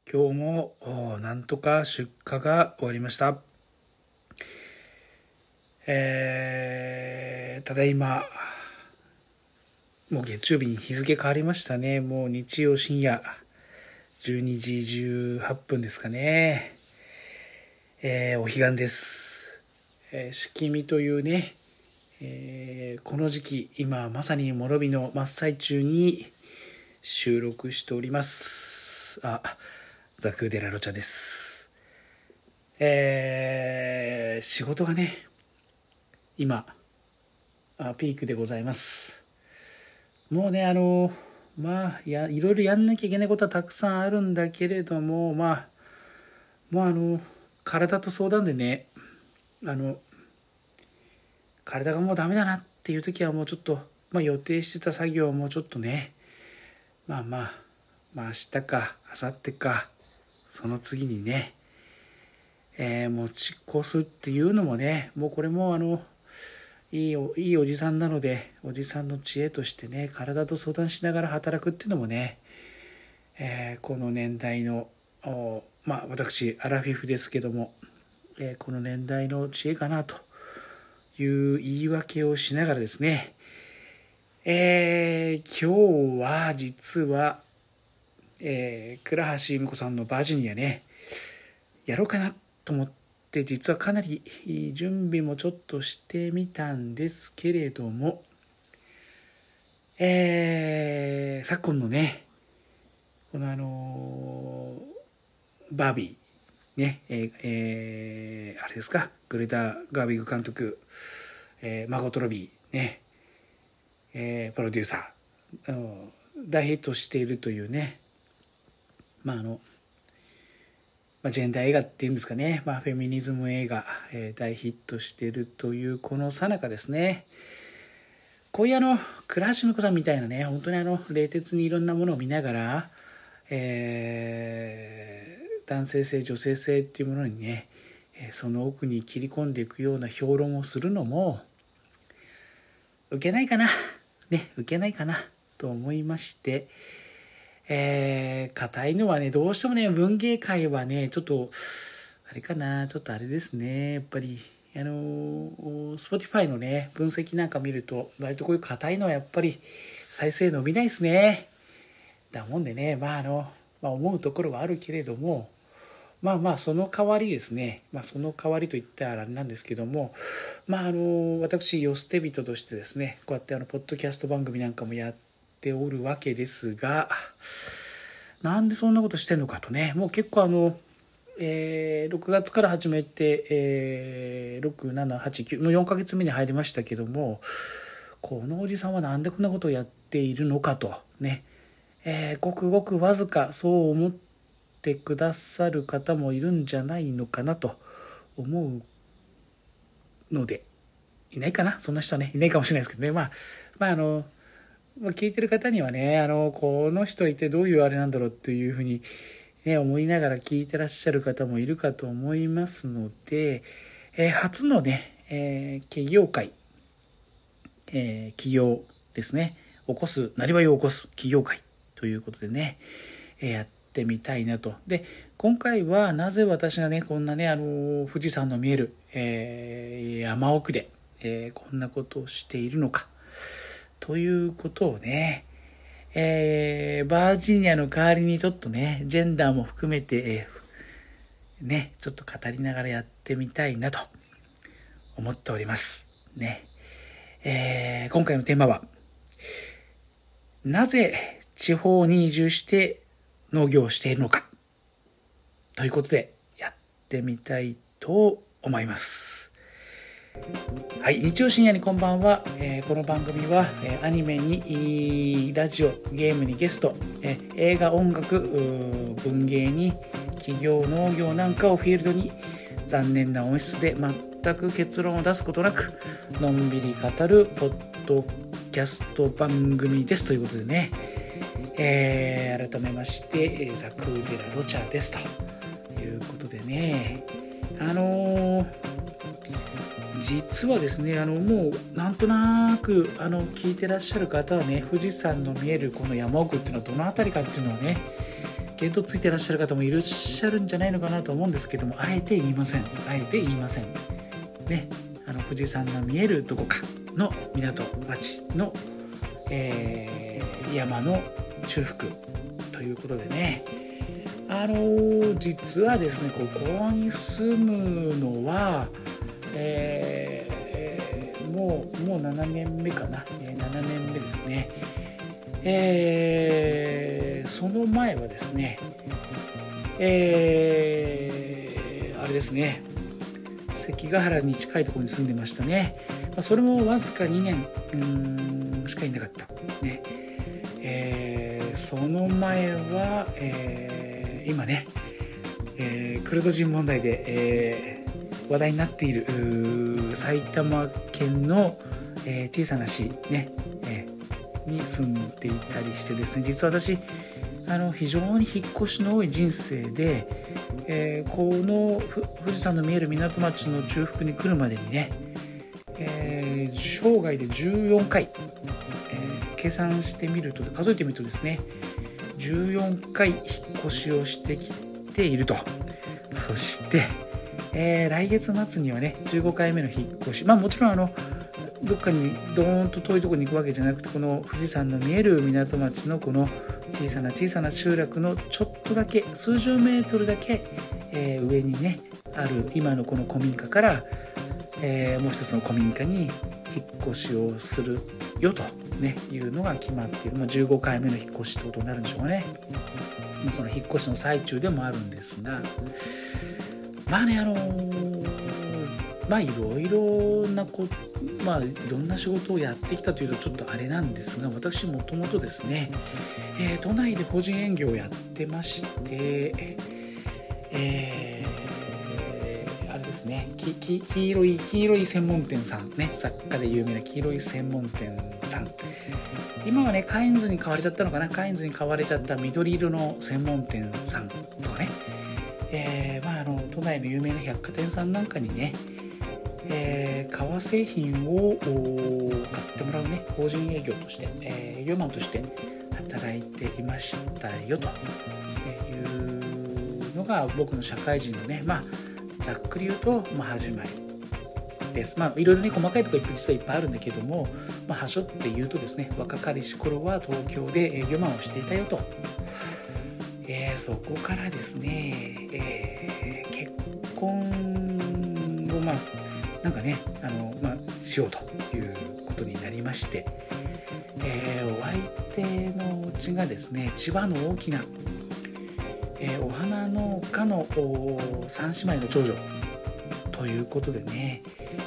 今日もなんとか出荷が終わりました。ただいまもう月曜日に日付変わりましたね。もう日曜深夜12時18分ですかね。お彼岸です。しきみというね、この時期今まさにもろびの真っ最中に収録しております。ザクーデラロチャです。仕事がね今ピークでございます。もうねいろいろやんなきゃいけないことはたくさんあるんだけれども、もう体と相談でね体がもうダメだなっていう時はもうちょっと、予定してた作業をもうちょっとね明日か明後日かその次にね、持ち越すっていうのもね、もうこれもいいおじさんなので、おじさんの知恵としてね、体と相談しながら働くっていうのもね、この年代の私アラフィフですけども、この年代の知恵かなという言い訳をしながらですね、今日は実は倉橋由美子さんのバージニアねやろうかなと思って実はかなり準備もちょっとしてみたんですけれども、昨今のねこのバービーね、あれですか、グレタ・ガービグ監督、マゴト・ロビーね、プロデューサー大ヒットしているというね、ジェンダー映画っていうんですかね、フェミニズム映画、大ヒットしているというこの最中ですね、こういう倉橋由美子さんみたいなね、本当に冷徹にいろんなものを見ながら、男性性女性性っていうものにね、その奥に切り込んでいくような評論をするのも受けないかなと思いまして、硬いのはね、どうしてもね、文芸界はね、ちょっとあれかな、ちょっとあれですね、やっぱりSpotify のね分析なんか見ると割とこういう硬いのはやっぱり再生伸びないですね。だもんでね、思うところはあるけれども、その代わりですね、その代わりといったらあれなんですけども、私よ捨て人としてですね、こうやってポッドキャスト番組なんかもやっておるわけですが、なんでそんなことしてんのかとね、もう結構6月から始めて、6、7、8、9もう4ヶ月目に入りましたけども、このおじさんはなんでこんなことをやっているのかとね、ごくごくわずかそう思ってくださる方もいるんじゃないのかなと思うので、いないかな、そんな人はねいないかもしれないですけどね、聞いてる方にはね、この人いてどういうあれなんだろうっていうふうにね思いながら聞いてらっしゃる方もいるかと思いますので、初のね、企業会、企業ですね、なりわいを起こす企業会ということでね、やってみたいなと。で、今回はなぜ私がねこんなね富士山の見える、山奥で、こんなことをしているのかということをね、バージニアの代わりにちょっとねジェンダーも含めて、ちょっと語りながらやってみたいなと思っておりますね。今回のテーマはなぜ地方に移住して農業をしているのかということでやってみたいと思います。はい、日曜深夜にこんばんは。この番組はアニメにラジオ、ゲームにゲスト、映画、音楽、文芸に企業、農業なんかをフィールドに残念な音質で全く結論を出すことなくのんびり語るポッドキャスト番組ですということでね、改めましてザクーデラロチャですということでね、実はですね、もうなんとなく聞いてらっしゃる方はね、富士山の見えるこの山奥っていうのはどの辺りかっていうのをね、 見当ついてらっしゃる方もいらっしゃるんじゃないのかなと思うんですけども、あえて言いませんね。富士山の見えるどこかの港町の、山の中腹ということでね、実はですね、ここに住むのは、もう7年目かな、7年目ですね。その前はですね、あれですね、関ヶ原に近いところに住んでましたね。それもわずか2年しかいなかったね。その前は、今ね、クルド人問題で、話題になっている埼玉県の、小さな市、ねに住んでいたりしてですね、実は私非常に引っ越しの多い人生で、この富士山の見える港町の中腹に来るまでにね、生涯で14回、計算してみると数えてみるとですね、14回引っ越しをしてきていると。そして、来月末にはね15回目の引っ越し、もちろんどっかにドーンと遠いところに行くわけじゃなくて、この富士山の見える港町のこの小さな集落のちょっとだけ数十メートルだけ、上にねある今のこの古民家から、もう一つの古民家に引っ越しをするよと、ね、いうのが決まっている、15回目の引っ越しってことになるんでしょうかね。その引っ越しの最中でもあるんですが、いろいろないろんな仕事をやってきたというとちょっとあれなんですが、私もともとですね、都内で法人営業をやってまして、あれですね、黄色い専門店さんね、雑貨で有名な黄色い専門店さん、今はねカインズに買われちゃったのかな、カインズに買われちゃった緑色の専門店さんとかね、都内の有名な百貨店さんなんかにね、革製品を買ってもらうね法人営業として、営業マンとして働いていましたよというのが僕の社会人のね、ざっくり言うと、始まりです。いろいろね細かいところ実はいっぱいあるんだけども、はしょって言うとですね、若かりし頃は東京で営業マンをしていたよと。そこからですね、結婚をなんかねしようということになりまして、お相手のうちがですね千葉の大きな、お花農家の3姉妹の長女ということでね、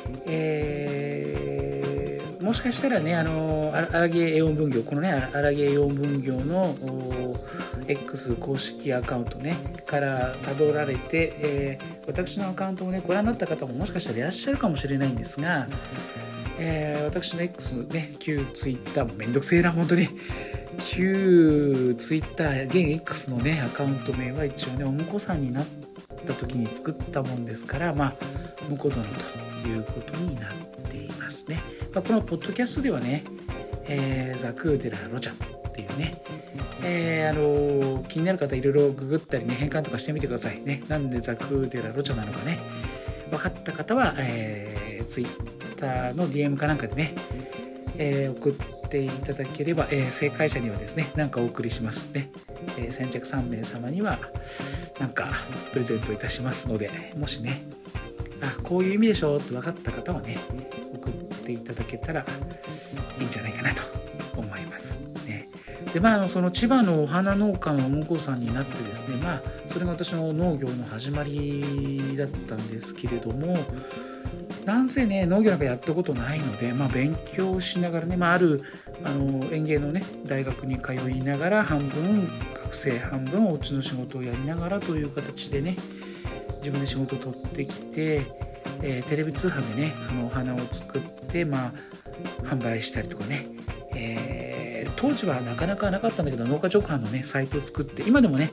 もしかしたらね荒木栄音分業、このね荒木栄音分業のX 公式アカウントねからたどられて、私のアカウントをねご覧になった方ももしかしたらいらっしゃるかもしれないんですが、私の X ね旧 Twitter もめんどくせえな本当に、旧 Twitter 現 X のねアカウント名は一応ねお婿さんになった時に作ったもんですから、婿殿ということになっていますね。このポッドキャストではね、ザクーデラロチャっていうね、気になる方いろいろググったりね変換とかしてみてくださいね。なんでザクーデラロチャなのかね分かった方は、Twitter の DM かなんかでね、送っていただければ、正解者にはですね何かお送りしますね。先着3名様には何かプレゼントいたしますので、もしねこういう意味でしょって分かった方はね送っていただけたらいいんじゃないかなと思いますね。でその千葉のお花農家のお婿さんになってですね、それが私の農業の始まりだったんですけれども、なんせね農業なんかやったことないので、勉強しながらね、ある園芸のね大学に通いながら半分学生半分お家の仕事をやりながらという形でね自分で仕事を取ってきて、テレビ通販でねそのお花を作って、販売したりとかね、当時はなかなかなかったんだけど農家直販のねサイトを作って、今でもね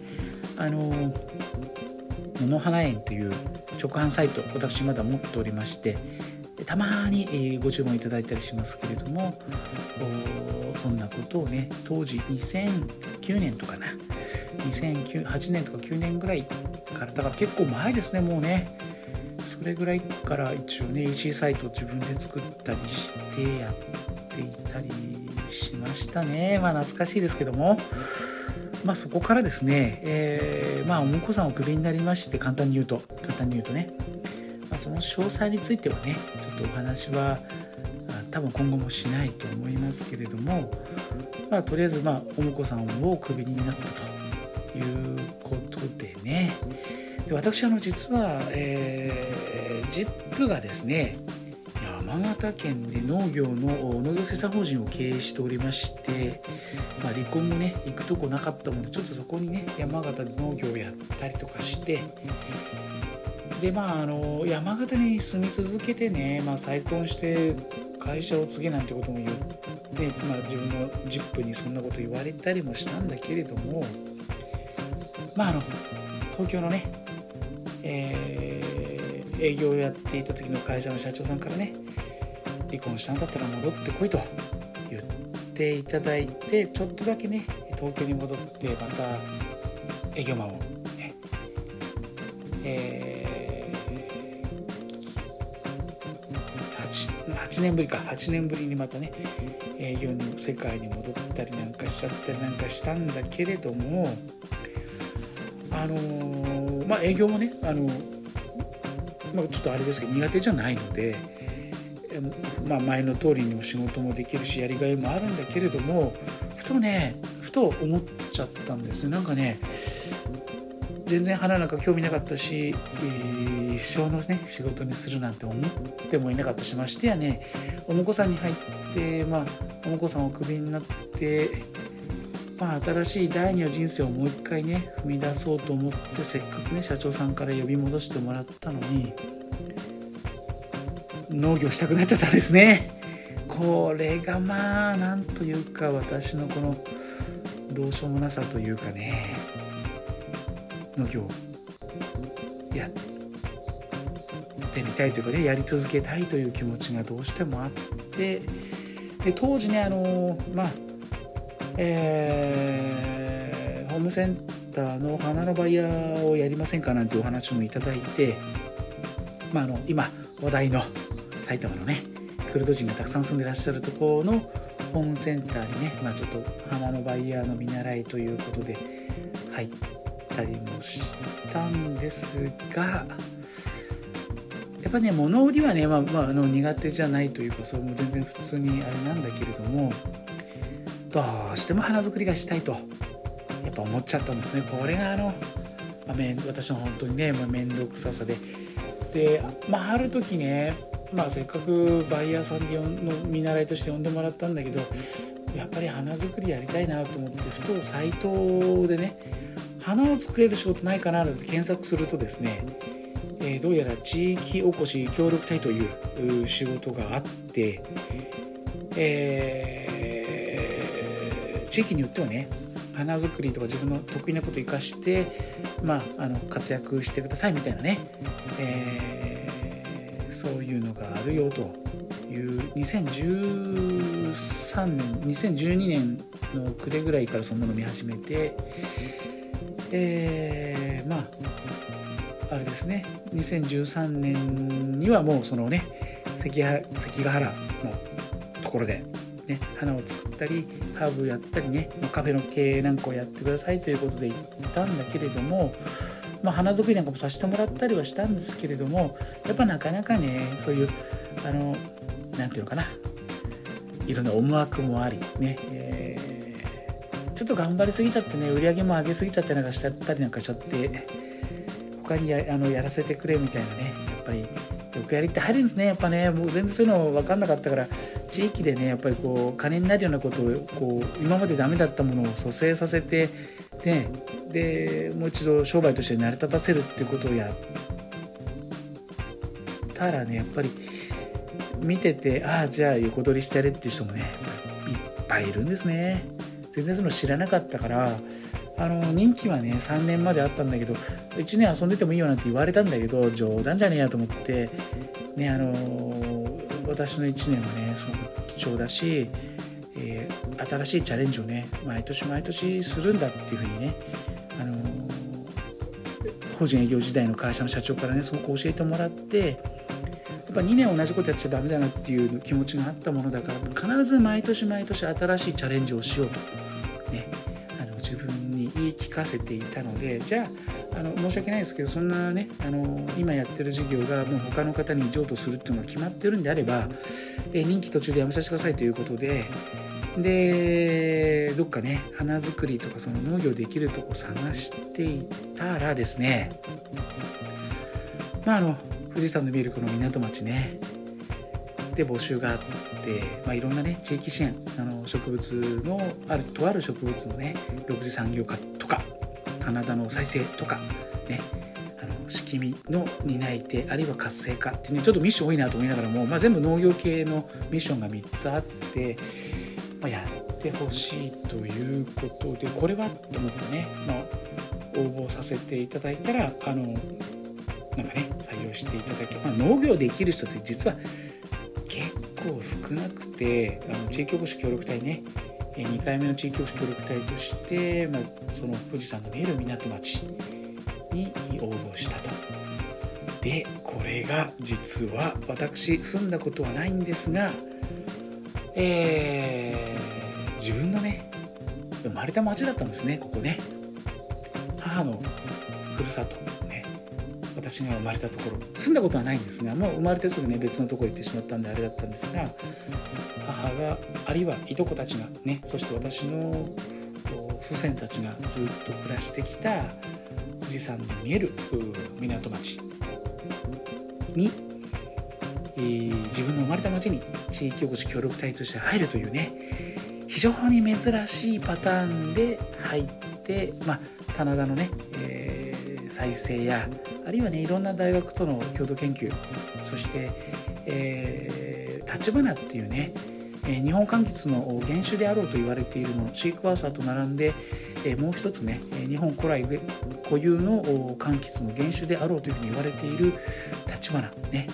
野々花園という直販サイト私まだ持っておりまして、 たまにご注文いただいたりしますけれども、そんなことをね、当時2009年とかな、2008年とか9年ぐらいから、だから結構前ですね、もうね。それぐらいから一応ね EC サイトを自分で作ったりしてやっていたりしましたね。懐かしいですけども、そこからですね、お婿さんをクビになりまして、簡単に言うとね、その詳細についてはね、ちょっとお話は多分今後もしないと思いますけれども、とりあえずお婿さんをクビになったということでね。で、私実は、ZIP がですね、山形県で農業生産法人を経営しておりまして、離婚もね行くとこなかったので、ちょっとそこにね山形で農業をやったりとかして、で山形に住み続けてね、再婚して会社を継げなんてことも言って、自分の ZIP にそんなこと言われたりもしたんだけれども、東京のね、営業をやっていた時の会社の社長さんからね、離婚したんだったら戻ってこいと言っていただいて、ちょっとだけね東京に戻ってまた営業マンをね、8年ぶりにまたね営業の世界に戻ったりなんかしちゃったりなんかしたんだけれども、営業もねちょっとあれですけど苦手じゃないので、前の通りにも仕事もできるしやりがいもあるんだけれども、ふと思っちゃったんです。なんかね、全然花なんか興味なかったし、一生のね仕事にするなんて思ってもいなかったし、ましてやねお婿さんに入って、お婿さんをクビになって、新しい第二の人生をもう一回ね踏み出そうと思って、せっかくね社長さんから呼び戻してもらったのに農業したくなっちゃったんですね。これがなんというか、私のこのどうしようもなさというかね、農業やってみたいというかね、やり続けたいという気持ちがどうしてもあって、で当時ねホームセンターの花のバイヤーをやりませんかなんてお話もいただいて、今話題の埼玉のねクルド人がたくさん住んでらっしゃるところのホームセンターにね、ちょっと花のバイヤーの見習いということで入ったりもしたんですが、やっぱね物売りはね、苦手じゃないというか、それも全然普通にあれなんだけれども、どうしても花作りがしたいとやっぱ思っちゃったんですね。これが私の本当にね面倒くささで、ある時ね、せっかくバイヤーさんでの見習いとして呼んでもらったんだけど、やっぱり花作りやりたいなと思って、ふとサイトでね花を作れる仕事ないかなって検索するとですね、どうやら地域おこし協力隊という仕事があって、地域によってはね花作りとか自分の得意なことを生かして、活躍してくださいみたいなね、そういうのがあるよという2012年の暮れぐらいからそんなの見始めて、あれですね、2013年にはもうそのね関ヶ原のところでね、花を作ったりハーブやったりね、カフェの経営なんかをやってくださいということで言ったんだけれども、花作りなんかもさせてもらったりはしたんですけれども、やっぱなかなかねそういうなんていうのかな、いろんな思惑もありね、ちょっと頑張りすぎちゃってね、売り上げも上げすぎちゃってなんかしちゃったりなんかしちゃって、他にやらせてくれみたいなね、やっぱりよくやりって入るんですね。やっぱね、もう全然そういうの分かんなかったから、地域でねやっぱりこう金になるようなことを今までダメだったものを蘇生させて、でもう一度商売として成り立たせるっていうことをやったらね、やっぱり見てて、じゃあ横取りしてやれっていう人もねいっぱいいるんですね。全然その知らなかったから、任期はね3年まであったんだけど、1年遊んでてもいいよなんて言われたんだけど、冗談じゃねえやと思ってね、 私の1年はねすごく貴重だし、新しいチャレンジをね毎年毎年するんだっていうふうにね、法人営業時代の会社の社長からねすごく教えてもらって、やっぱ2年同じことやっちゃダメだなっていう気持ちがあったものだから、必ず毎年毎年新しいチャレンジをしようとね、自分に言い聞かせていたので、じゃあ申し訳ないですけど、そんなね今やってる事業がもう他の方に譲渡するっていうのが決まってるんであれば、任期途中でやめさせてくださいということで、どっかね花作りとかその農業できるとこ探していたらですね、富士山の見えるこの港町ねで募集があって、いろんなね地域支援植物のとある植物のね緑地産業化とか棚田の再生とかね、仕組みの担い手あるいは活性化っていうね、ちょっとミッション多いなと思いながらも、全部農業系のミッションが3つあって、やってほしいということで、これはと思ってね、応募させていただいたらなんかね採用していただけ、農業できる人って実は結構少なくて、地域おこし協力隊ね2回目の地域おこし協力隊として、その富士山の見える港町に応募したと。でこれが実は私住んだことはないんですが、自分のね生まれた町だったんですね。ここね母のふるさとね、私が生まれたところ、住んだことはないんですが、もう生まれてすぐね別のところ行ってしまったんであれだったんですが、母があるいはいとこたちがね、そして私の祖先たちがずっと暮らしてきた富士山の見える港町に、自分の生まれた町に地域おこし協力隊として入るというね、非常に珍しいパターンで入って、棚田のね、再生やあるいはねいろんな大学との共同研究、そして、立花っていうね日本柑橘の原種であろうと言われているもの、シークワーサーと並んで、もう一つね日本古来固有の柑橘の原種であろうというふうに言われている立花ね、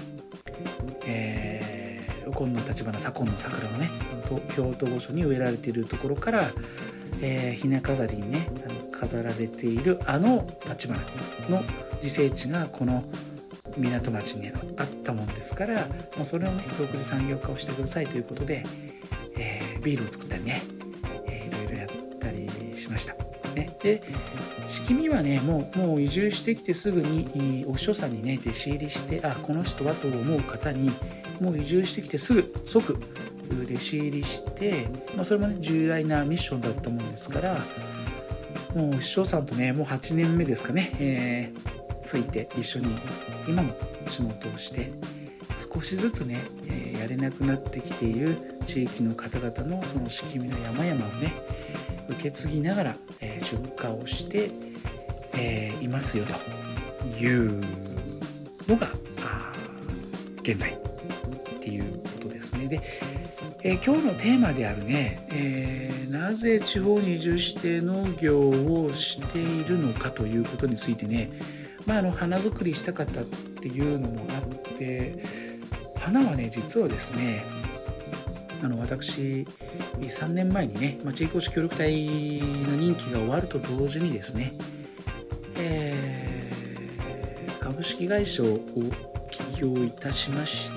右近の立花、左近の桜のね京都御所に植えられているところから、ひな飾りにね飾られている立花の自生地がこの港町にあったもんですから、それをね独自産業化をしてくださいということで、ビールを作ったりね、いろいろやったりしました、ね、で仕組みはねもう移住してきてすぐにお師匠さんにね弟子入りして、この人はと思う方にもう移住してきてすぐ即弟子入りして、それもね重大なミッションだったもんですから、もうお師匠さんとねもう8年目ですかね、ついて一緒に今も仕事をして少しずつね、やれなくなってきている地域の方々のその仕組みの山々をね受け継ぎながら、出荷をして、いますよというのが現在っていうことですね。で、今日のテーマであるね、なぜ地方に移住して農業をしているのかということについてね、花作りしたかったっていうのもあって、花はね実はですね私3年前にね、地域おこし協力隊の任期が終わると同時にですね、株式会社を起業いたしまして、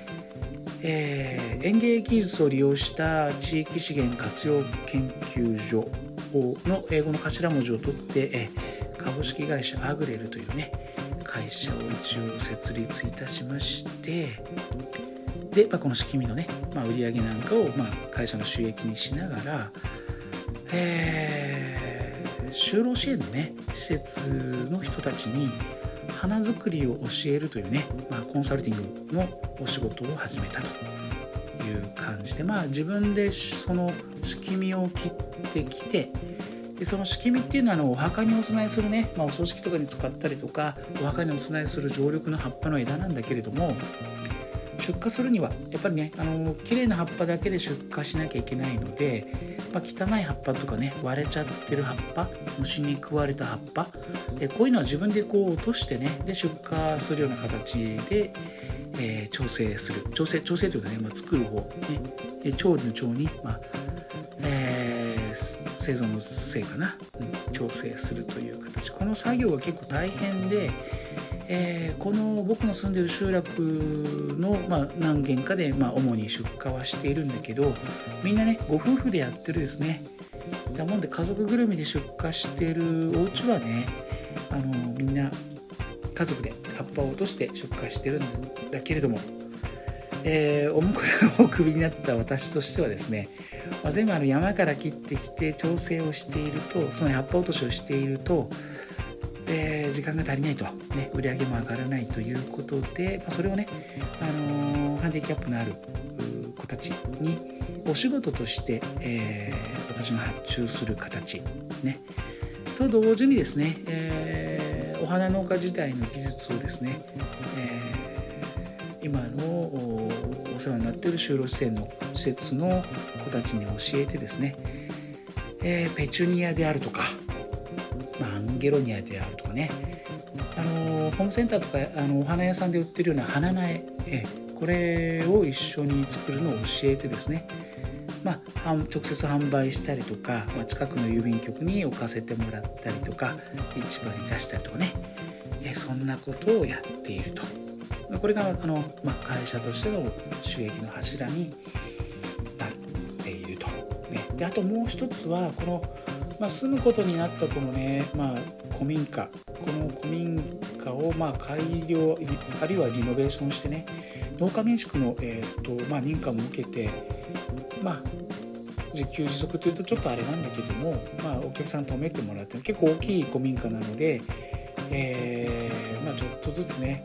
園芸技術を利用した地域資源活用研究所の英語の頭文字を取って、株式会社アグレルというね会社を一応設立いたしまして、で、この仕組みのね、売上なんかを会社の収益にしながら、就労支援のね施設の人たちに花作りを教えるというね、コンサルティングのお仕事を始めたという感じで、自分でその仕組みを切ってきて、でその仕組みっていうのはお墓にお供えするね、お葬式とかに使ったりとかお墓にお供えする常緑の葉っぱの枝なんだけれども、出荷するにはやっぱりね綺麗な葉っぱだけで出荷しなきゃいけないので、汚い葉っぱとかね割れちゃってる葉っぱ、虫に食われた葉っぱ、こういうのは自分でこう落としてねで出荷するような形で、 調整する調整というかね、作る方ね、調理の調に、生存のせいかな、調整するという形。この作業は結構大変で、この僕の住んでいる集落の、何軒かで、主に出荷はしているんだけど、みんなねご夫婦でやってるですね。だもんで家族ぐるみで出荷しているお家はね、みんな家族で葉っぱを落として出荷してるんだけれども、重くクビになった私としてはですね、全部山から切ってきて調整をしていると、その葉っぱ落としをしていると、時間が足りないと、売り上げも上がらないということで、それをね、ハンディキャップのある子たちにお仕事として、私が発注する形ね、と同時にですね、お花農家自体の技術をですね、今のお世話になっている就労施設の子たちに教えてですね、ペチュニアであるとか、アンゲロニアであるとかね、ホームセンターとかお花屋さんで売ってるような花苗、これを一緒に作るのを教えてですね、直接販売したりとか、近くの郵便局に置かせてもらったりとか、市場に出したりとかね、そんなことをやっていると。これが会社としての収益の柱になっていると、であともう一つはこの、住むことになったこのね、古民家、この古民家を改良あるいはリノベーションしてね、農家民宿の、認可も受けて、自給自足というとちょっとあれなんだけども、お客さん泊めてもらって結構大きい古民家なので、ちょっとずつね、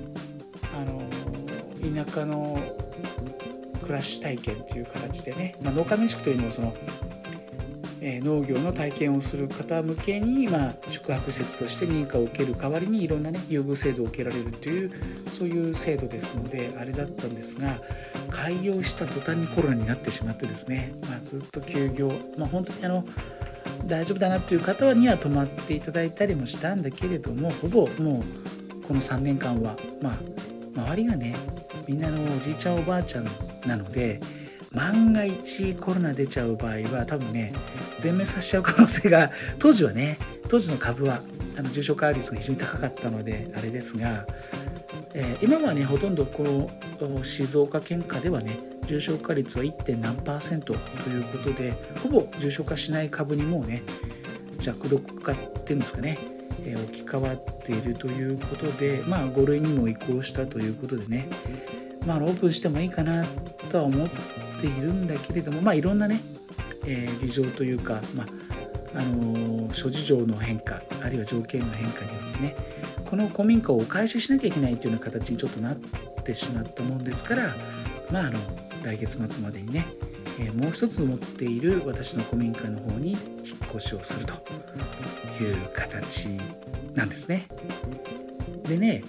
田舎の暮らし体験という形でね、農家民宿というのはその、農業の体験をする方向けに、宿泊施設として認可を受ける代わりにいろんなね優遇制度を受けられるという、そういう制度ですのであれだったんですが、開業した途端にコロナになってしまってですね、ずっと休業、本当に大丈夫だなという方には泊まっていただいたりもしたんだけれども、ほぼもうこの3年間は周りがねみんなのおじいちゃんおばあちゃんなので、万が一コロナ出ちゃう場合は多分ね全滅させちゃう可能性が、当時の株は重症化率が非常に高かったのであれですが、今はねほとんどこの静岡県下ではね重症化率は 1. 何%ということで、ほぼ重症化しない株にもうね弱毒化っていうんですかね、置き換わっているということで、5類にも移行したということでね、オープンしてもいいかなとは思っているんだけれども、いろんなね、事情というか、諸事情の変化あるいは条件の変化によってね、この古民家をお返ししなきゃいけないというような形にちょっとなってしまったもんですから、来月末までにね、もう一つ持っている私の古民家の方に引っ越しをするという形なんですね。でね、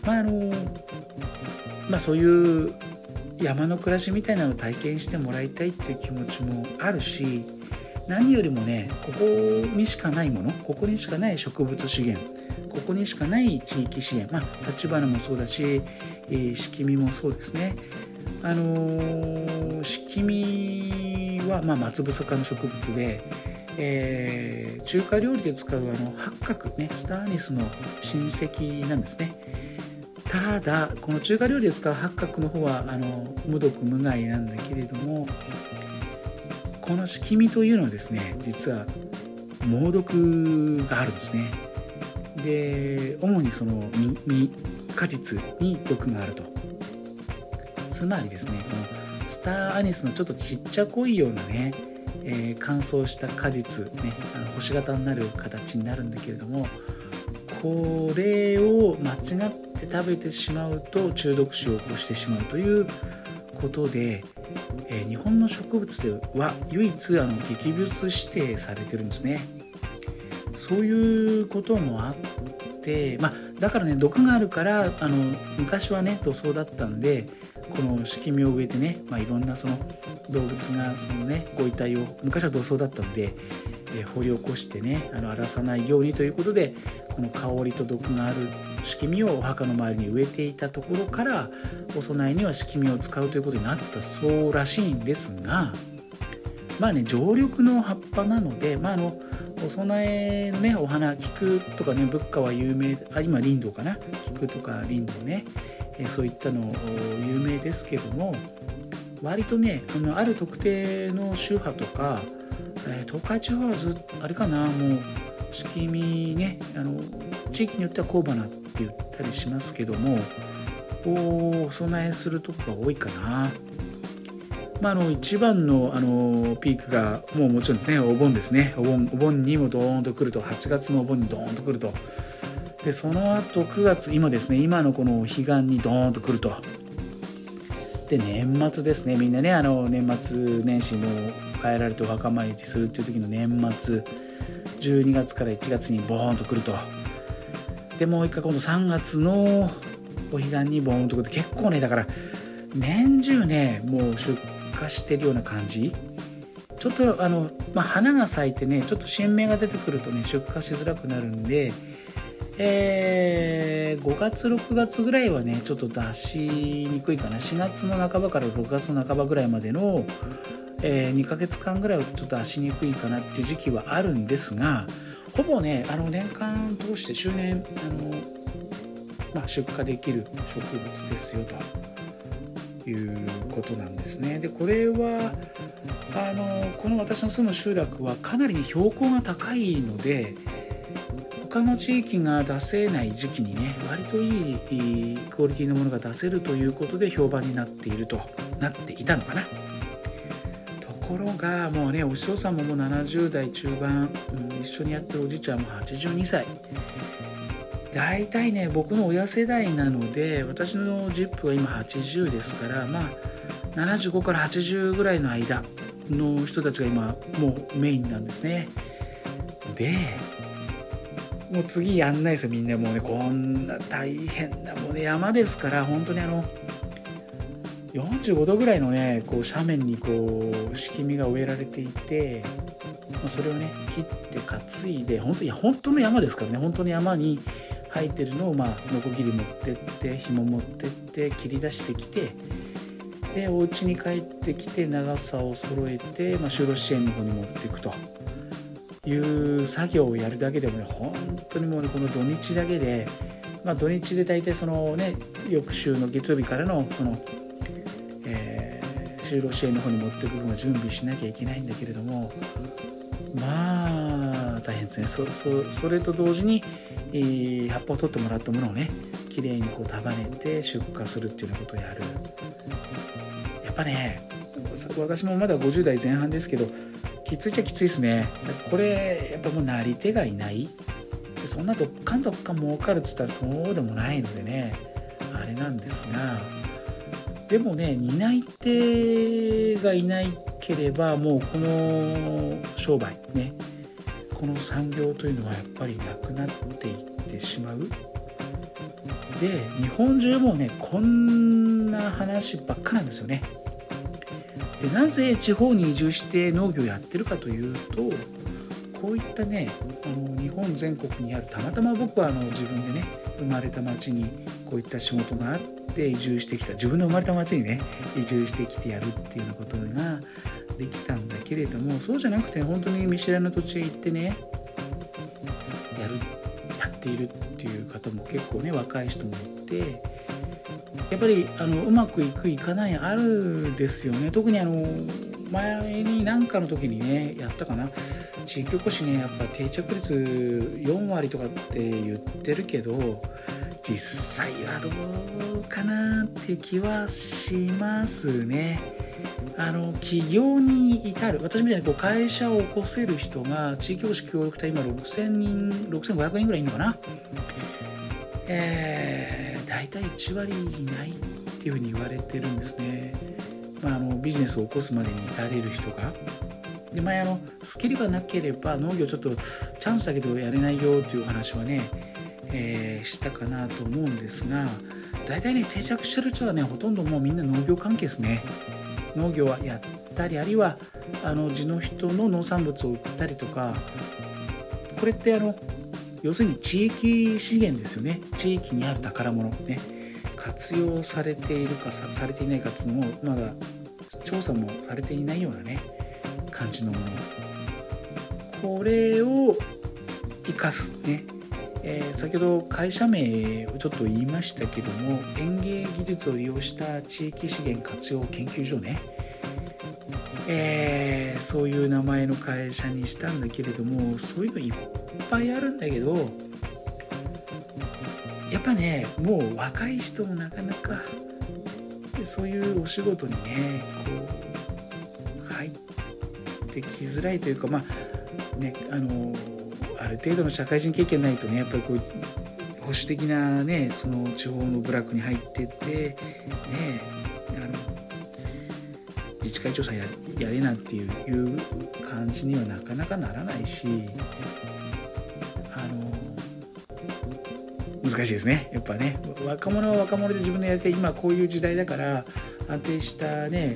そういう山の暮らしみたいなのを体験してもらいたいっていう気持ちもあるし、何よりもねここにしかないもの、ここにしかない植物資源、ここにしかない地域資源、立花もそうだし、しきみもそうですね。しきみは松房科の植物で、中華料理で使う八角ね、スターアニスの親戚なんですね。ただこの中華料理で使う八角の方は無毒無害なんだけれども、このしきみというのはですね実は猛毒があるんですね。で主にその果実に毒があると。つまりですね、このスターアニスのちょっとちっちゃ濃いようなね、乾燥した果実ね、星型になる形になるんだけれども、これを間違って食べてしまうと中毒死を起こしてしまうということで、日本の植物では唯一劇物指定されてるんですね。そういうこともあって、だからね毒があるから昔はね土葬だったんでこの敷き身を植えてね、いろんなその動物がそのねご遺体を、昔は土葬だったんで、掘り起こしてね荒らさないようにということで、この香りと毒がある敷き身をお墓の周りに植えていたところから、お供えには敷き身を使うということになったそうらしいんですが、常緑の葉っぱなので、お供えのねお花、菊とかね、仏花は有名、今林道かな、菊とか林道ね、そういったの有名ですけども、割とねある特定の宗派とか、東海地方はあれかな、もう敷き身ね、地域によっては香花って言ったりしますけども、お供えするとこが多いかな。一番の、ピークがもちろんですね、お盆ですね。お盆にもドーンと来ると、8月のお盆にドーンと来ると、でその後9月、今ですね、今のこの彼岸にドーンと来ると、で年末ですね、みんなね年末年始の帰られてお墓参りするっていう時の年末、12月から1月にボーンと来ると、でもう一回今度3月のお彼岸にボーンと来ると、結構ね、だから年中ねもう出荷してるような感じ。ちょっと花が咲いてね、ちょっと新芽が出てくるとね出荷しづらくなるんで、5月6月ぐらいはねちょっと出しにくいかな。4月の半ばから6月の半ばぐらいまでの、2ヶ月間ぐらいはちょっと出しにくいかなっていう時期はあるんですが、ほぼね年間通して周年出荷できる植物ですよということなんですね。でこれはこの私の住む集落はかなり標高が高いので、他の地域が出せない時期にね割といいクオリティのものが出せるということで評判になっていたのかな。ところがもうね、お師匠さんももう70代中盤、一緒にやってるおじいちゃんも82歳、大体ね僕の親世代なので、私のジップは今80ですから、75から80ぐらいの間の人たちが今もうメインなんですね。でもう次やんないですよ、みんな。もうねこんな大変な、もうね山ですから、本当に45度ぐらいのねこう斜面にこう敷き身が植えられていて、それをね切って担いで、本当の山ですからね、本当の山に生えてるのをノコギリ持ってって紐持ってって切り出してきて、でお家に帰ってきて長さを揃えて、就労支援の方に持っていくという作業をやるだけでもね、本当にもうねこの土日だけで、土日で大体そのね翌週の月曜日からのその、就労支援の方に持っていく分は準備しなきゃいけないんだけれども、大変ですね。それと同時に、葉っぱを取ってもらったものをねきれいにこう束ねて出荷するっていうようなことをやる。やっぱね、私もまだ50代前半ですけど、きついっちゃきついですね。これやっぱもうなり手がいない。そんなどっかん儲かるっつったらそうでもないのでね、あれなんですが、でもね担い手がいないければ、もうこの商売ね、この産業というのはやっぱりなくなっていってしまう。で日本中もねこんな話ばっかなんですよね。でなぜ地方に移住して農業をやってるかというと、こういったね日本全国にある、たまたま僕は自分でね生まれた町にこういった仕事があって移住してきた、自分の生まれた町にね移住してきてやるっていうようなことができたんだけれども、そうじゃなくて本当に見知らぬ土地へ行ってねやっているっていう方も結構ね、若い人もいて、やっぱりうまくいくいかないあるですよね。特に前に何かの時にねやったかな、地域おこしね、やっぱ定着率4割とかって言ってるけど、実際はどうかなって気はしますね。起業に至る、私みたいにこう会社を起こせる人が地域おこし協力隊今6500人ぐらいいるのかな。大体1割いないっていうふうに言われてるんですね。ビジネスを起こすまでに至れる人が。で前スキルがなければ農業ちょっとチャンスだけどやれないよという話はね、したかなと思うんですが、 大体ね定着してる人はねほとんどもうみんな農業関係ですね。農業はやったり、あるいは地の人の農産物を売ったりとか、これって要するに地域資源ですよね。地域にある宝物ね、活用されているかされていないかっていうのもまだ調査もされていないようなね感じのもの、これを生かすね、先ほど会社名をちょっと言いましたけども、園芸技術を利用した地域資源活用研究所ね、そういう名前の会社にしたんだけれども、そういうのいっぱいあるんだけど、やっぱねもう若い人もなかなかそういうお仕事にねこう入ってきづらいというか、ねある程度の社会人経験ないとね、やっぱりこう保守的なねその地方の部落に入ってってね、自治会調査やれなんていう感じにはなかなかならないし、難しいですね。やっぱね若者は若者で自分のやりたい、今こういう時代だから安定したね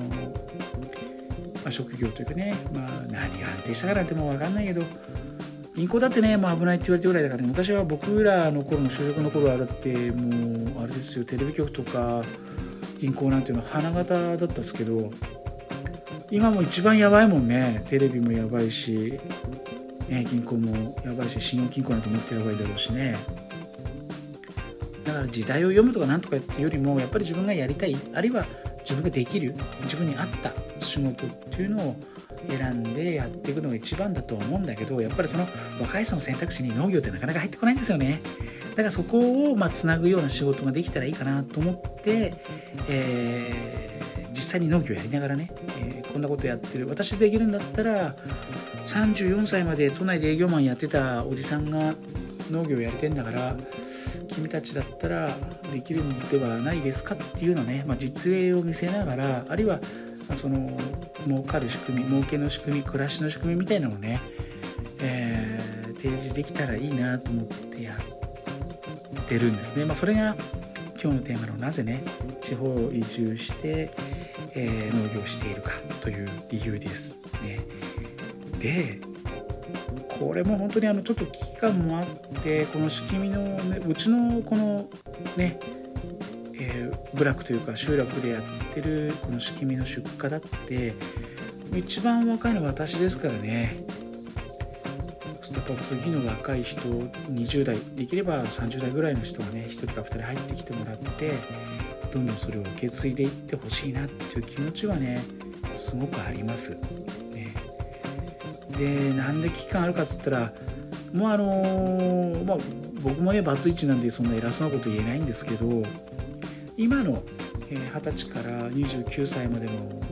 職業というかね、何が安定したかなんてもう分かんないけど、銀行だってねもう危ないって言われてるぐらいだからね。昔は僕らの頃の就職の頃はだってもうあれですよ、テレビ局とか銀行なんていうのは花形だったんですけど、今も一番やばいもんね。テレビもやばいし、銀行もやばいし、信用金庫なんてもっとやばいだろうしね。だから時代を読むとかなんとかっていうよりも、やっぱり自分がやりたい、あるいは自分ができる、自分に合った仕事っていうのを選んでやっていくのが一番だと思うんだけど、やっぱりその若い人の選択肢に農業ってなかなか入ってこないんですよね。だからそこをつなぐような仕事ができたらいいかなと思って、実際に農業やりながらね、こんなことやってる、私できるんだったら34歳まで都内で営業マンやってたおじさんが農業やりてんだから、君たちだったらできるんではないですかっていうのをね、実例を見せながら、あるいはその儲かる仕組み、儲けの仕組み、暮らしの仕組みみたいなのをね、提示できたらいいなと思ってやってるんですね。それが今日のテーマのなぜね地方移住して、農業をしているかという理由ですね。でこれも本当にちょっと危機感もあって、この仕組みの、ね、うちのこのね、部落というか集落でやってるこの仕組みの出荷だって一番若いのは私ですからね。そうするとやっぱ次の若い人、20代できれば30代ぐらいの人がね1人か2人入ってきてもらって、どんどんそれを受け継いでいってほしいなっていう気持ちはねすごくありますね。でなんで危機感あるかっつったら、もう僕もねバツイチなんでそんな偉そうなこと言えないんですけど、今の20歳から29歳までの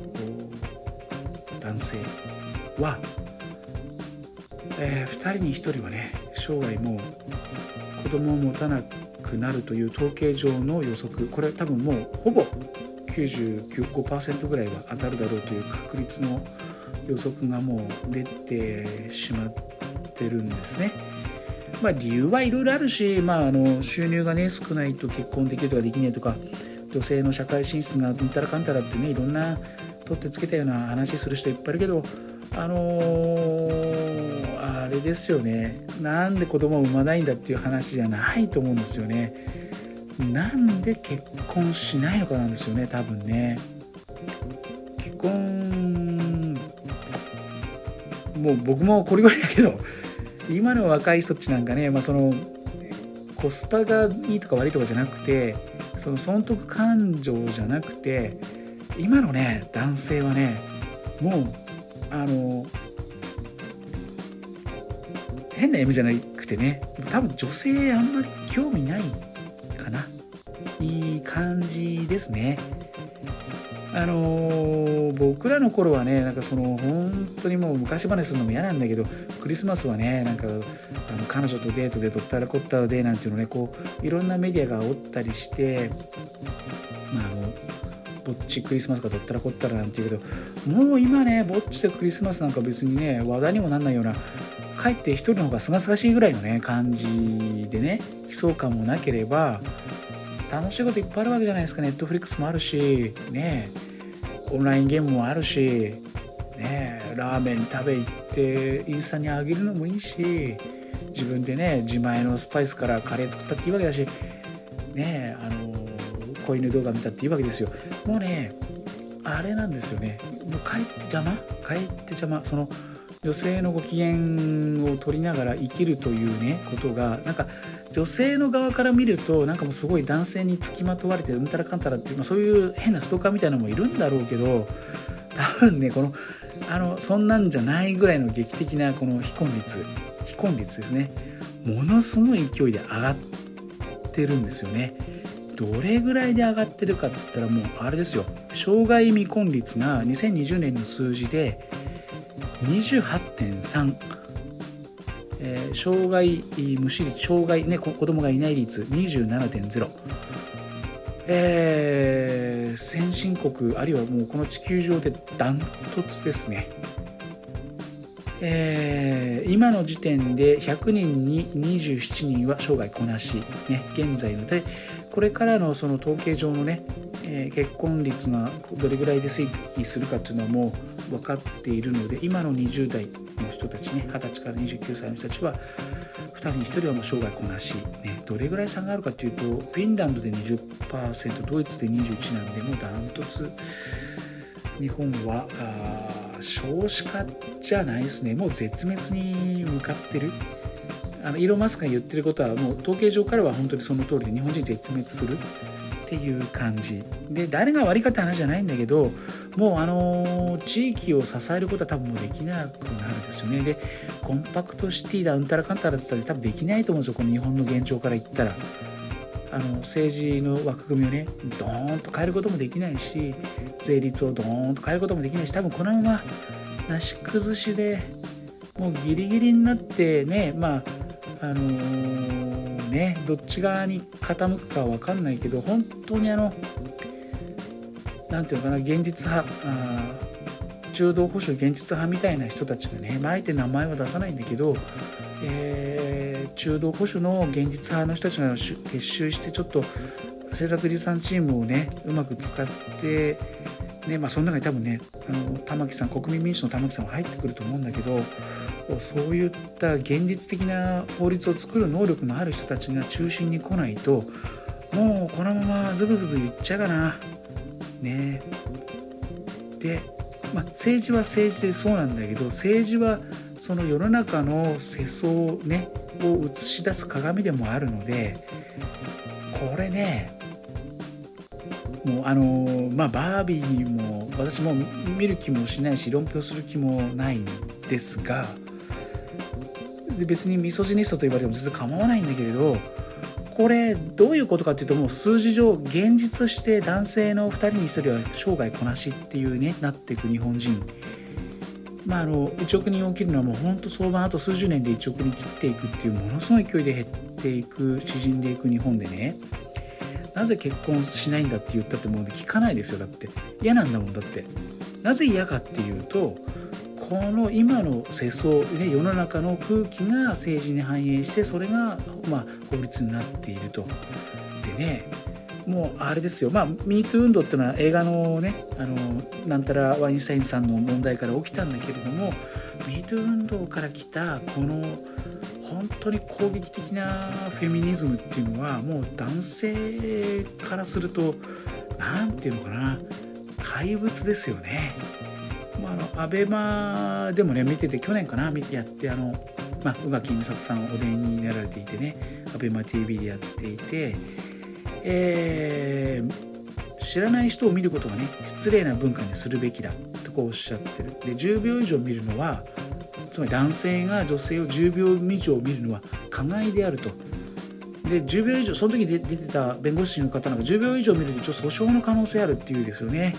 男性は、2人に1人はね生涯もう子供を持たなくなるという統計上の予測、これ多分もうほぼ 95% ぐらいは当たるだろうという確率の予測がもう出てしまってるんですね。理由はいろいろあるし、収入がね少ないと結婚できるとかできないとか、女性の社会進出がうんたらかんたらってね、いろんな取ってつけたような話する人いっぱいいるけど、あれですよね、なんで子供を産まないんだっていう話じゃないと思うんですよね。なんで結婚しないのかなんですよね、多分ね。結婚もう僕もこりごりだけど、今の若い人っちなんかね、そのコスパがいいとか悪いとかじゃなくて、その損得感情じゃなくて、今のね男性はねもう変な意味じゃなくてね、多分女性あんまり興味ないかな、いい感じですね。僕らの頃はね、なんかその本当にもう昔話するのも嫌なんだけど、クリスマスはねなんか彼女とデートでどったらこったでなんていうのね、こういろんなメディアが煽ったりして、ぼっちクリスマスかどったらこったらなんていうけど、もう今ねぼっちでクリスマスなんか別にね話題にもなんないような、かえって一人の方がすがすがしいぐらいのね感じでね、悲壮感もなければ楽しいこといっぱいあるわけじゃないですか。ネットフリックスもあるしね、オンラインゲームもあるしね、ラーメン食べ行ってインスタに上げるのもいいし、自分でね自前のスパイスからカレー作ったっていいわけだしね、子犬動画見たっていいわけですよ。もうねあれなんですよね、もうかえって邪魔、その女性のご機嫌を取りながら生きるというねことが、なんか女性の側から見るとなんかもうすごい男性につきまとわれてうんたらかんたらっていう、そういう変なストーカーみたいなのもいるんだろうけど、多分ねこのそんなんじゃないぐらいの劇的なこの非婚率ですね、ものすごい勢いで上がってるんですよね。どれぐらいで上がってるかっつったら、もうあれですよ、生涯未婚率が2020年の数字で 28.3、生涯無子率、生涯ね子供がいない率 27.0、先進国あるいはもうこの地球上でダントツですね。今の時点で100人に27人は生涯こなし、ね、現在のでこれからのその統計上のね、結婚率がどれぐらいで推移するかっていうのはもう分かっているので、今の20代の人たちね、20歳から29歳の人たちは2人に1人はもう生涯こなし、ね、どれぐらい差があるかというと、フィンランドで 20%、 ドイツで 21% なんで、もうダントツ日本は少子化じゃないですね、もう絶滅に向かってる。イーロン・マスクが言ってることはもう統計上からは本当にその通りで、日本人絶滅するっていう感じで、誰が悪いかって話じゃないんだけど、もう地域を支えることは多分もうできなくなるんですよね。でコンパクトシティだうんたらかんたらって言ったら多分できないと思うんですよ、この日本の現状から言ったら。政治の枠組みをねドーンと変えることもできないし、税率をドーンと変えることもできないし、多分このままなし崩しでもうギリギリになってね、どっち側に傾くかは分かんないけど、本当になんていうのかな、現実派、中道保守現実派みたいな人たちがね、あえて名前は出さないんだけど、中道保守の現実派の人たちが結集して、ちょっと政策立案チームをねうまく使ってね、その中に多分ね玉木さん、国民民主の玉木さんは入ってくると思うんだけど、そういった現実的な法律を作る能力のある人たちが中心に来ないと、もうこのままズブズブいっちゃうかなね。で、政治は政治でそうなんだけど、政治はその世の中の世相ねを映し出す鏡でもあるので、これねもうバービーも私も見る気もしないし論評する気もないんですが、で別にミソジニストと言われても全然構わないんだけれど、これどういうことかっていうと、もう数字上現実として男性の2人に1人は生涯こなしっていうねなっていく日本人、1億人起きるのはもう本当相場あと数十年で1億人切っていくっていう、ものすごい勢いで減っていく、縮んでいく日本でね、なぜ結婚しないんだって言ったってもう聞かないですよ。だって嫌なんだもん。だってなぜ嫌かっていうと、この今の世相、ね、世の中の空気が政治に反映して、それが法律になっていると。でね、もうあれですよ、MeToo 運動っていうのは映画のねなんたらワインスタインさんの問題から起きたんだけれども、 MeToo 運動から来たこの本当に攻撃的なフェミニズムっていうのは、もう男性からするとなんていうのかな、怪物ですよね。アベマでもね見てて、去年かなやって宇垣美里さんお出になられていてね、アベマ TV でやっていて、知らない人を見ることがね失礼な文化にするべきだとこうおっしゃってる。で10秒以上見るのは、つまり男性が女性を10秒以上見るのは加害であると。で10秒以上、その時出てた弁護士の方なんか10秒以上見ると訴訟の可能性あるっていうんですよね。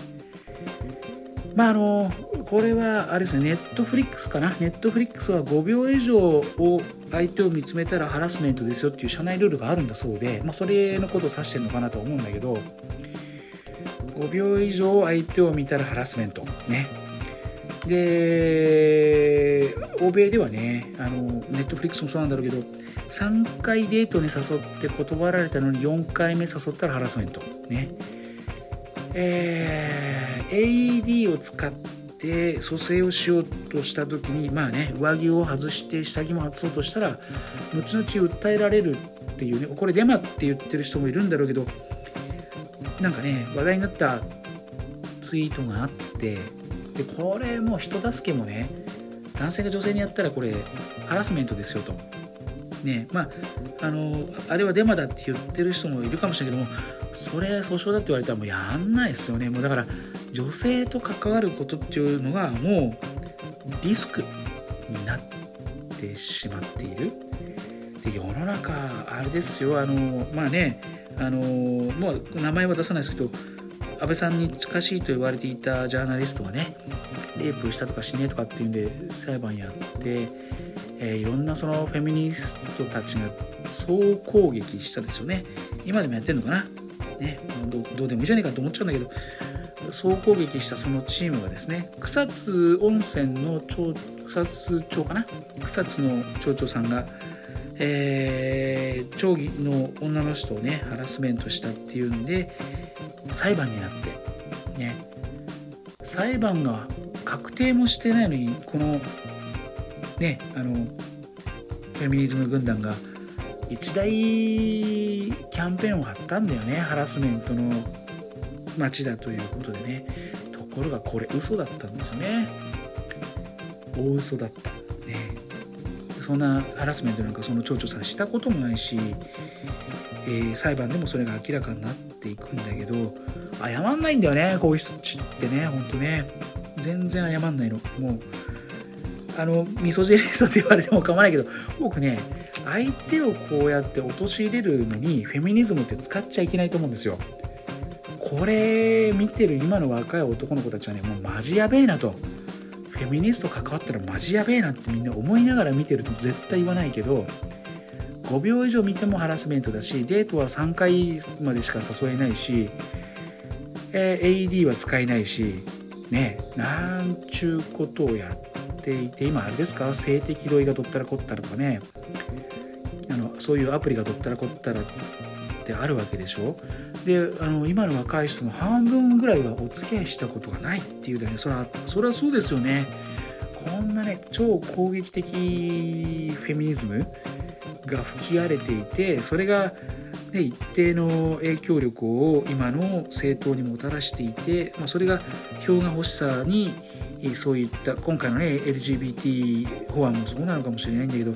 これはあれですね、ネットフリックスかな、ネットフリックスは5秒以上を相手を見つめたらハラスメントですよっていう社内ルールがあるんだそうで、それのことを指してるのかなと思うんだけど、5秒以上相手を見たらハラスメントね。で欧米ではねネットフリックスもそうなんだろうけど、 3回デートに誘って断られたのに4回目誘ったらハラスメントね。AED を使って蘇生をしようとした時に上着を外して下着も外そうとしたら後々訴えられるっていうね、これデマって言ってる人もいるんだろうけど、なんかね話題になったツイートがあって、でこれもう人助けもね、男性が女性にやったらこれハラスメントですよとね。あれはデマだって言ってる人もいるかもしれないけども、それ訴訟だって言われたらもうやんないですよね。もうだから女性と関わることっていうのがもうリスクになってしまっている。で世の中あれですよ、もう名前は出さないですけど、安倍さんに近しいと言われていたジャーナリストがね、レイプしたとかしねえとかっていうんで裁判やって、いろんなそのフェミニストたちが総攻撃したですよね。今でもやってるのかな、ね、どうでもいいじゃねえかと思っちゃうんだけど、総攻撃したそのチームがですね、草津温泉の草津町かな、草津の町長さんが、町議の女の人をねハラスメントしたっていうんで裁判になってね、裁判が確定もしてないのにこのねフェミニズム軍団が一大キャンペーンを張ったんだよね。ハラスメントの街だということでね。ところがこれ嘘だったんですよね。大嘘だったね。そんなハラスメントなんかその町長さんしたこともないし、裁判でもそれが明らかになっていくんだけど、謝んないんだよね、こういう人たちってね。ほんとね全然謝んないの。もうミソジェニストって言われても構わないけど、僕ね相手をこうやって陥れるのにフェミニズムって使っちゃいけないと思うんですよ。これ見てる今の若い男の子たちはね、もうマジやべえなと、フェミニスト関わったらマジやべえなってみんな思いながら見てると絶対言わないけど、5秒以上見てもハラスメントだし、デートは3回までしか誘えないし、AED は使えないしね、なんちゅうことをやっていて、今あれですか、性的同意がどったらこったらとかね、そういうアプリがどったらこったらってあるわけでしょ。で今の若い人の半分ぐらいはお付き合いしたことがないっていうだね。それはそうですよね。こんなね超攻撃的フェミニズムが吹き荒れていて、それが、ね、一定の影響力を今の政党にもたらしていて、それが票が欲しさにそういった今回のね LGBT 法案もそうなのかもしれないんだけど、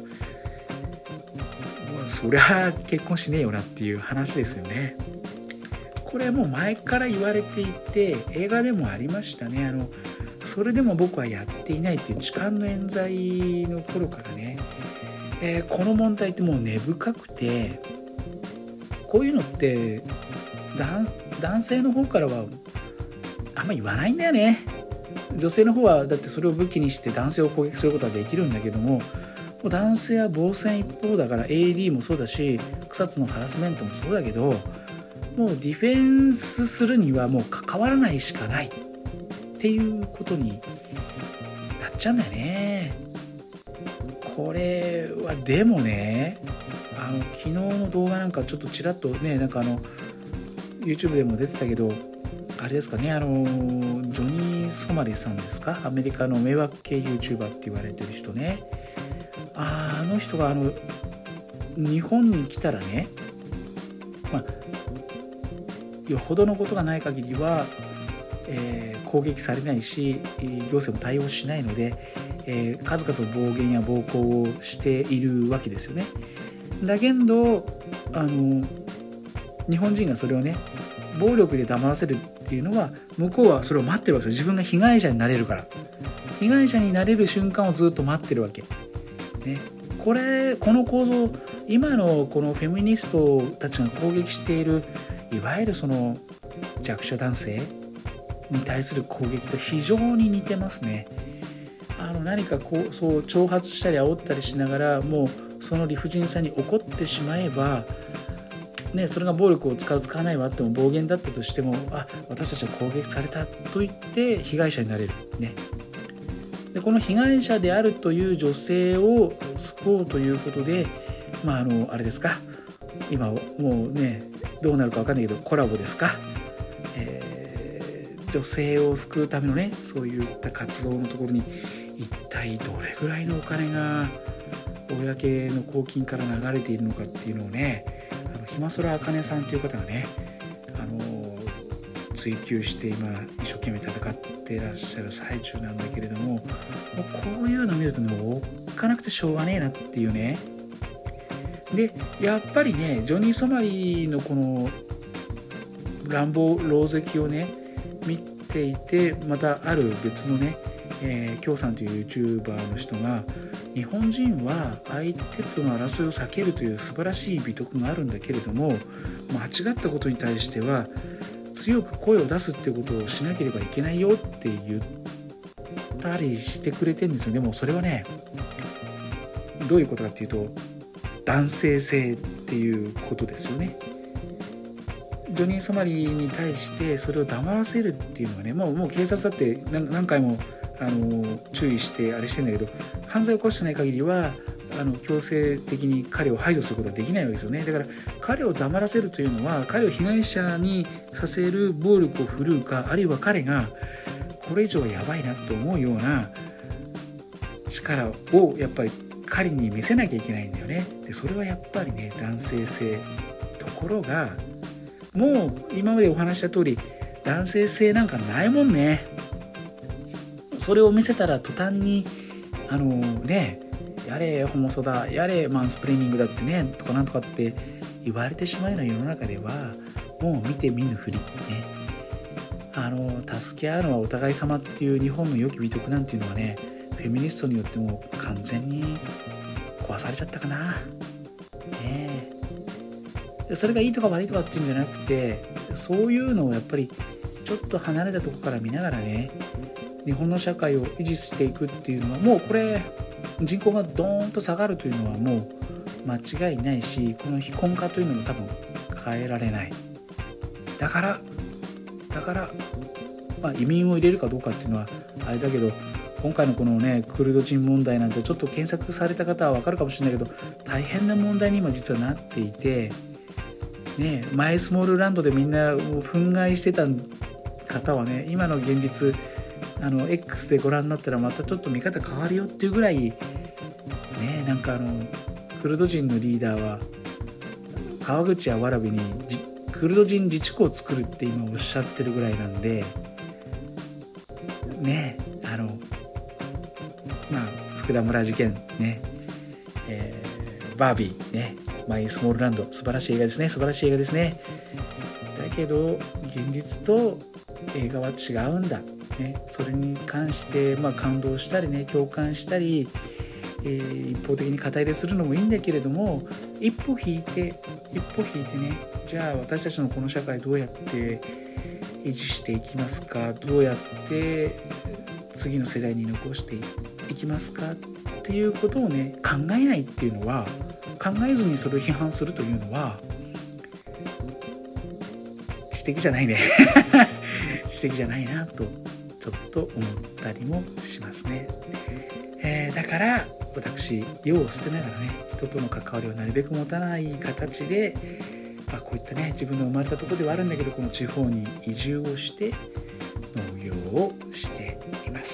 そりゃ結婚しねえよなっていう話ですよね。これもう前から言われていて、映画でもありましたね。それでも僕はやっていないっていう痴漢の冤罪の頃からね、この問題ってもう根深くて、こういうのって男性の方からはあんま言わないんだよね。女性の方はだってそれを武器にして男性を攻撃することはできるんだけども、男性は防戦一方だから AED もそうだし、草津のハラスメントもそうだけど、もうディフェンスするにはもう関わらないしかないっていうことになっちゃうんだよね。これはでもね、昨日の動画なんかちょっとちらっとね、なんかYouTube でも出てたけど、あれですかね、ジョニー・ソマリさんですか、アメリカの迷惑系 YouTuber って言われてる人ね。あの人が日本に来たらね、よほどのことがない限りは、攻撃されないし行政も対応しないので、数々の暴言や暴行をしているわけですよね。だけど日本人がそれをね暴力で黙らせるっていうのは、向こうはそれを待ってるわけですよ。自分が被害者になれるから、被害者になれる瞬間をずっと待ってるわけ、ね、この構造、今のこのフェミニストたちが攻撃しているいわゆるその弱者男性に対する攻撃と非常に似てますね。何かそう挑発したり煽ったりしながら、もうその理不尽さに怒ってしまえば、ね、それが暴力を使わないわっても暴言だったとしても、私たちは攻撃されたと言って被害者になれる、ね、でこの被害者であるという女性を救おうということで、 あれですか、今もうねどうなるか分かんないけどコラボですか、女性を救うためのねそういった活動のところに一体どれぐらいのお金が公の公金から流れているのかっていうのをね、ひまそらあかねさんという方がね追求して今一生懸命戦っていらっしゃる最中なんだけれども、もうこういうのを見るとねもうおっかなくてしょうがねえなっていうね。でやっぱりねジョニー・ソマリのこの乱暴狼藉をね見ていて、またある別のね京さんという YouTuber の人が、日本人は相手との争いを避けるという素晴らしい美徳があるんだけれども、間違ったことに対しては強く声を出すってことをしなければいけないよって言ったりしてくれてるんですよ。でもそれはねどういうことかっていうと、男性性っていうことですよね。ジョニー・ソマリに対してそれを黙らせるっていうのはね、もう警察だって何回も注意してあれしてんだけど、犯罪を起こしてない限りは強制的に彼を排除することはできないわけですよね。だから彼を黙らせるというのは、彼を被害者にさせる暴力を振るうか、あるいは彼がこれ以上はやばいなと思うような力をやっぱり彼に見せなきゃいけないんだよね。でそれはやっぱりね男性性。ところがもう今までお話した通り男性性なんかないもんね。それを見せたら途端にやれホモソだ、やれマンスプレーニングだってねとかなんとかって言われてしまうような世の中ではもう見て見ぬふりね、助け合うのはお互い様っていう日本の良き美徳なんていうのはね、フェミニストによっても完全に壊されちゃったかな、ね。それがいいとか悪いとかっていうんじゃなくて、そういうのをやっぱりちょっと離れたところから見ながらね、日本の社会を維持していくっていうのはもうこれ人口がドーンと下がるというのはもう間違いないし、この非婚化というのも多分変えられない。だから移民を入れるかどうかっていうのはあれだけど、今回のこのねクルド人問題なんてちょっと検索された方は分かるかもしれないけど、大変な問題に今実はなっていてね、マイスモールランドでみんな憤慨してた方はね、今の現実X でご覧になったらまたちょっと見方変わるよっていうぐらいね、なんかクルド人のリーダーは川口やわらびにクルド人自治区を作るって今おっしゃってるぐらいなんでね、福田村事件ね、バービーね、マイスモールランド素晴らしい映画ですね。素晴らしい映画ですね。だけど現実と映画は違うんだ、ね、それに関して感動したりね、共感したり、一方的に肩入れするのもいいんだけれども、一歩引いてね、じゃあ私たちのこの社会どうやって維持していきますか、どうやって次の世代に残していきますかっていうことをね考えないっていうのは、考えずにそれを批判するというのは知的じゃないね知的じゃないなとちょっと思ったりもしますね。だから私世を捨てながらね、人との関わりをなるべく持たない形で、こういったね自分の生まれたところではあるんだけど、この地方に移住をして農業をしています、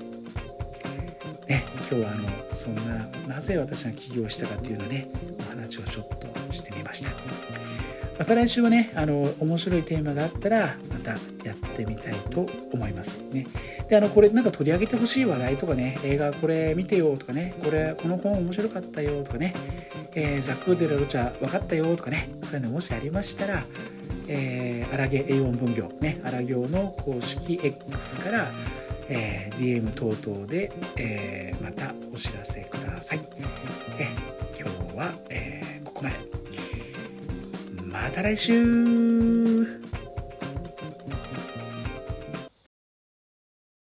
ね。今日はそんなぜ私が起業したかというのねお話をちょっとしてみました。また来週はね面白いテーマがあったらまたやってみたいと思いますね。でこれなんか取り上げてほしい話題とかね、映画これ見てよとかね、この本面白かったよとかね、ザック・デラ・ロチャ分かったよとかね、そういうのもしありましたら、アラゲ A4 分業ね、アラ行の公式 X から、DM 等々で、またお知らせください。今日は、ここまで。また来週。